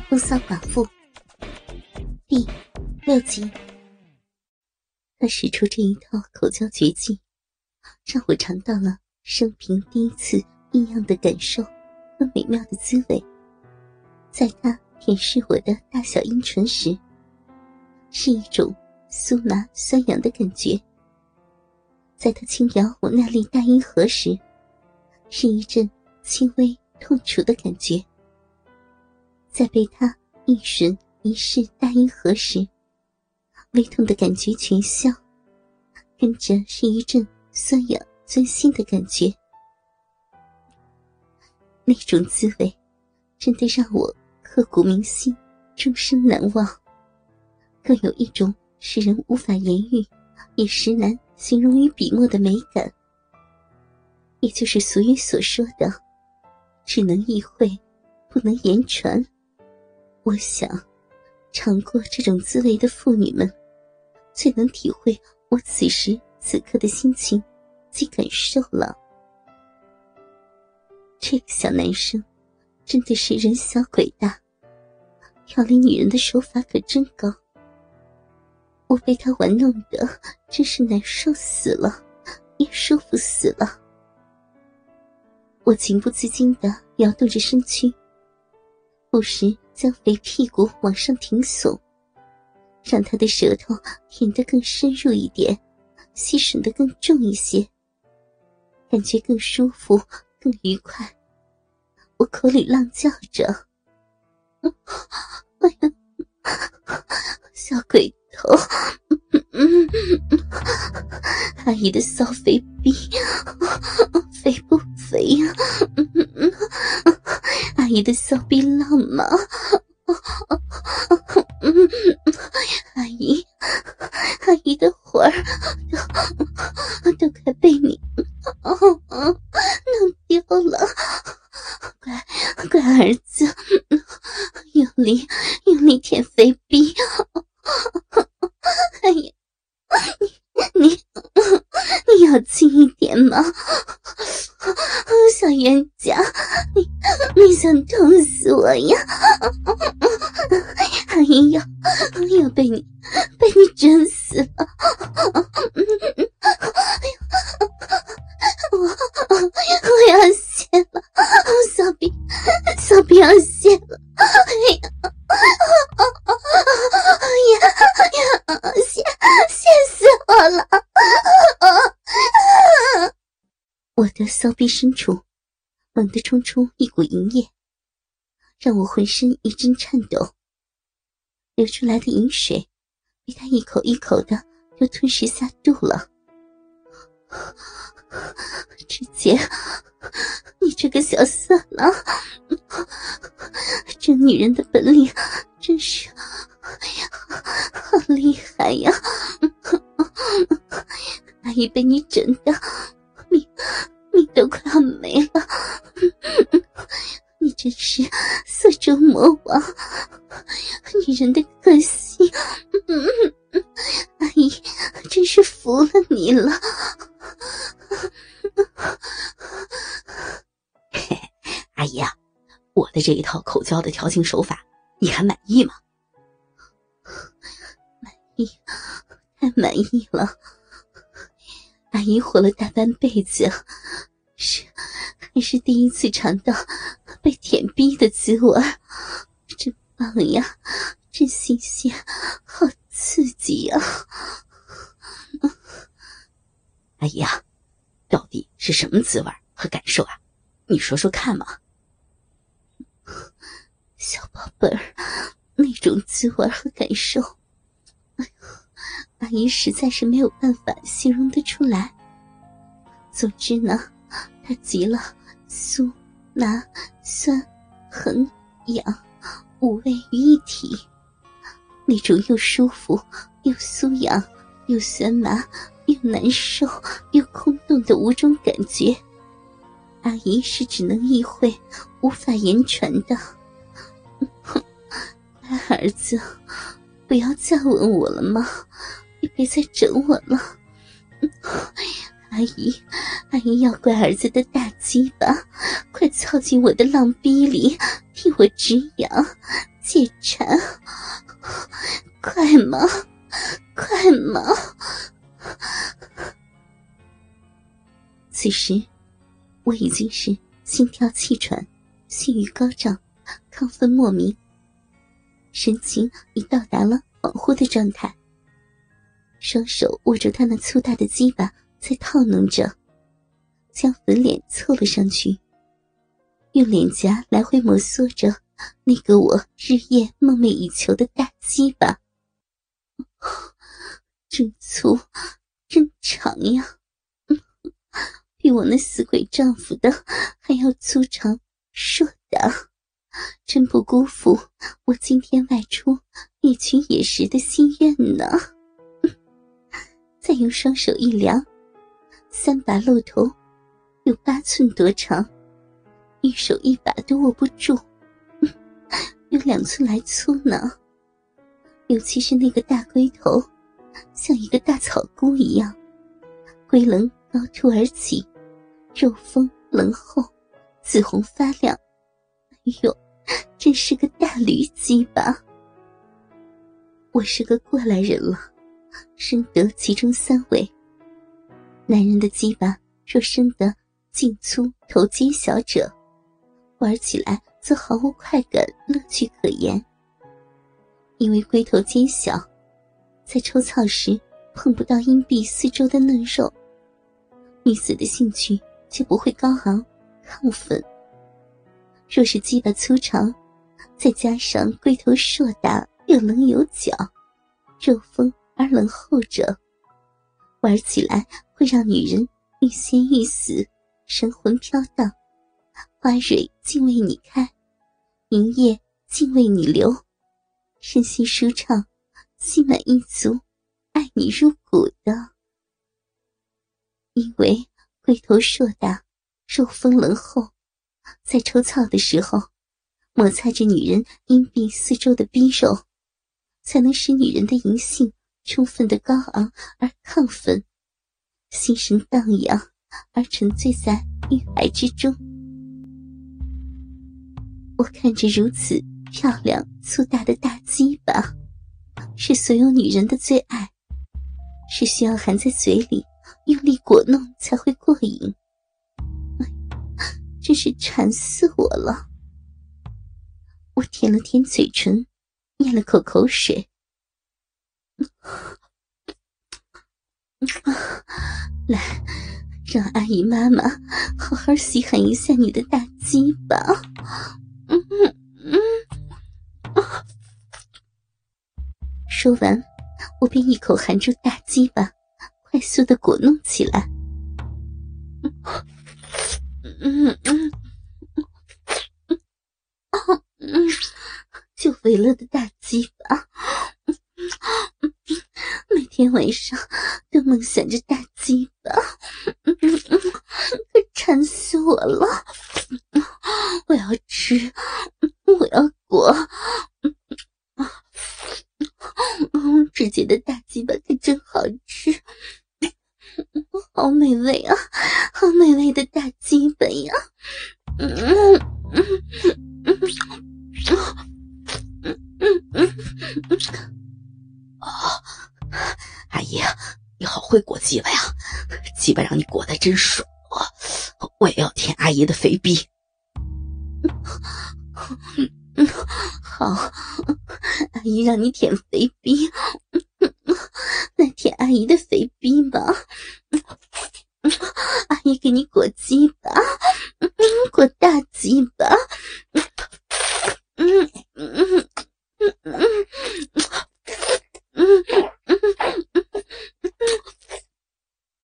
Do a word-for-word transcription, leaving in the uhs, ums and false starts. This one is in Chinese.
风骚寡妇第六集。他使出这一套口交绝技，让我尝到了生平第一次异样的感受和美妙的滋味。在他舔舐我的大小阴唇时，是一种酥麻酸痒的感觉；在他轻摇我那粒大阴核时，是一阵轻微痛楚的感觉；在被他一吮一试大阴核时，微痛的感觉全消，跟着是一阵酸痒钻心的感觉。那种滋味真的让我刻骨铭心，终生难忘，更有一种使人无法言喻也实难形容于笔墨的美感，也就是俗语所说的只能意会不能言传。我想尝过这种滋味的妇女们最能体会我此时此刻的心情及感受了。这个小男生真的是人小鬼大，调理女人的手法可真高。我被他玩弄得真是难受死了，也舒服死了。我情不自禁地摇动着身躯，不时将肥屁股往上挺耸，让他的舌头舔得更深入一点，吸吮得更重一些，感觉更舒服更愉快。我口里浪叫着，哎呀，小鬼头，阿姨的骚肥逼，肥不肥呀？阿姨的骚逼浪吗？阿姨，阿姨的魂儿都都快被你弄丢了。乖乖儿子，用力用力舔肥逼。哎呀，你你你要轻一点吗？小冤家，你你想痛死我呀？阿姨要要被你被你整死了。我我要泄了，小逼小逼要泄了。哎呀哎呀哎呀，泄泄死我了。我的骚逼深处猛地冲出一股淫液，让我浑身一阵颤抖，流出来的饮水被他一口一口的又吞噬下肚了。直接，你这个小色狼，这女人的本领真是好厉害呀！阿姨被你整的命命都快要没了，你真是色中魔王，女人的个性，阿姨真是服了你了。 阿姨啊，我的这一套口交的调情手法你还满意吗？ 满意，太满意了。阿姨活了大半辈子，是还是第一次尝到被舔逼的滋味，真棒呀，真新鲜，好刺激呀！ 阿姨啊，到底是什么滋味和感受啊？你说说看嘛。 小宝贝儿，那种滋味和感受，哎呦，阿姨实在是没有办法形容得出来。总之呢，它集了酥、麻、酸、狠、痒五味于一体，那种又舒服又酥痒又酸麻又难受又空洞的五种感觉，阿姨是只能意会无法言传的。乖儿子，不要再吻我了吗？你别再整我了。阿姨阿姨要乖儿子的大鸡巴快操进我的浪逼里，替我止痒， 解馋，快嘛，快嘛！此时我已经是心跳气喘，性欲高涨，亢奋莫名，神情已到达了恍惚的状态，双手握住他那粗大的鸡巴在套弄着，将粉脸凑了上去，用脸颊来回摩挲着那个我日夜梦寐以求的大鸡巴。真粗真长呀，比我那死鬼丈夫的还要粗长硕大，真不辜负我今天外出猎取野食的心愿呢。再用双手一量，三把露头有八寸多长，一手一把都握不住，有两寸来粗呢。尤其是那个大龟头，像一个大草菇一样，龟棱高凸而起，肉丰棱厚，紫红发亮。哎呦，真是个大驴鸡巴！我是个过来人了，深得其中三味。男人的鸡巴若生得茎粗头尖小者，玩起来则毫无快感乐趣可言。因为龟头尖小，在抽操时碰不到阴蒂四周的嫩肉，女子的兴趣就不会高昂亢奋。若是鸡巴粗长，再加上龟头硕大又棱有角，肉丰而棱厚者，玩起来会让女人欲仙欲死，神魂飘荡，花蕊尽为你开，银液尽为你流，身心舒畅，心满意足，爱你入骨的。因为龟头硕大，肉丰棱厚，在抽操的时候摩擦着女人阴蒂四周的逼肉，才能使女人的淫性充分的高昂而亢奋，心神荡漾而沉醉在欲海之中。我看着如此漂亮粗大的大鸡巴，是所有女人的最爱，是需要含在嘴里用力果弄才会过瘾。真是馋死我了。我舔了舔嘴唇，咽了口口水。来，让阿姨妈妈好好稀罕一下你的大鸡巴。嗯嗯。说完，我便一口含住大鸡巴，快速地果弄起来。嗯嗯嗯，就为了的大鸡巴，每天晚上都梦想着大鸡巴，可馋死我了！我要吃，我要裹。嗯，直接的大鸡巴可真好吃，好美味啊，好美味的大鸡巴呀！嗯嗯嗯嗯嗯嗯哦，阿姨，你好会裹鸡巴呀，鸡巴让你裹得真爽啊！我也要舔阿姨的肥逼。 好，阿姨让你舔肥逼，来舔阿姨的肥逼吧。阿姨给你裹鸡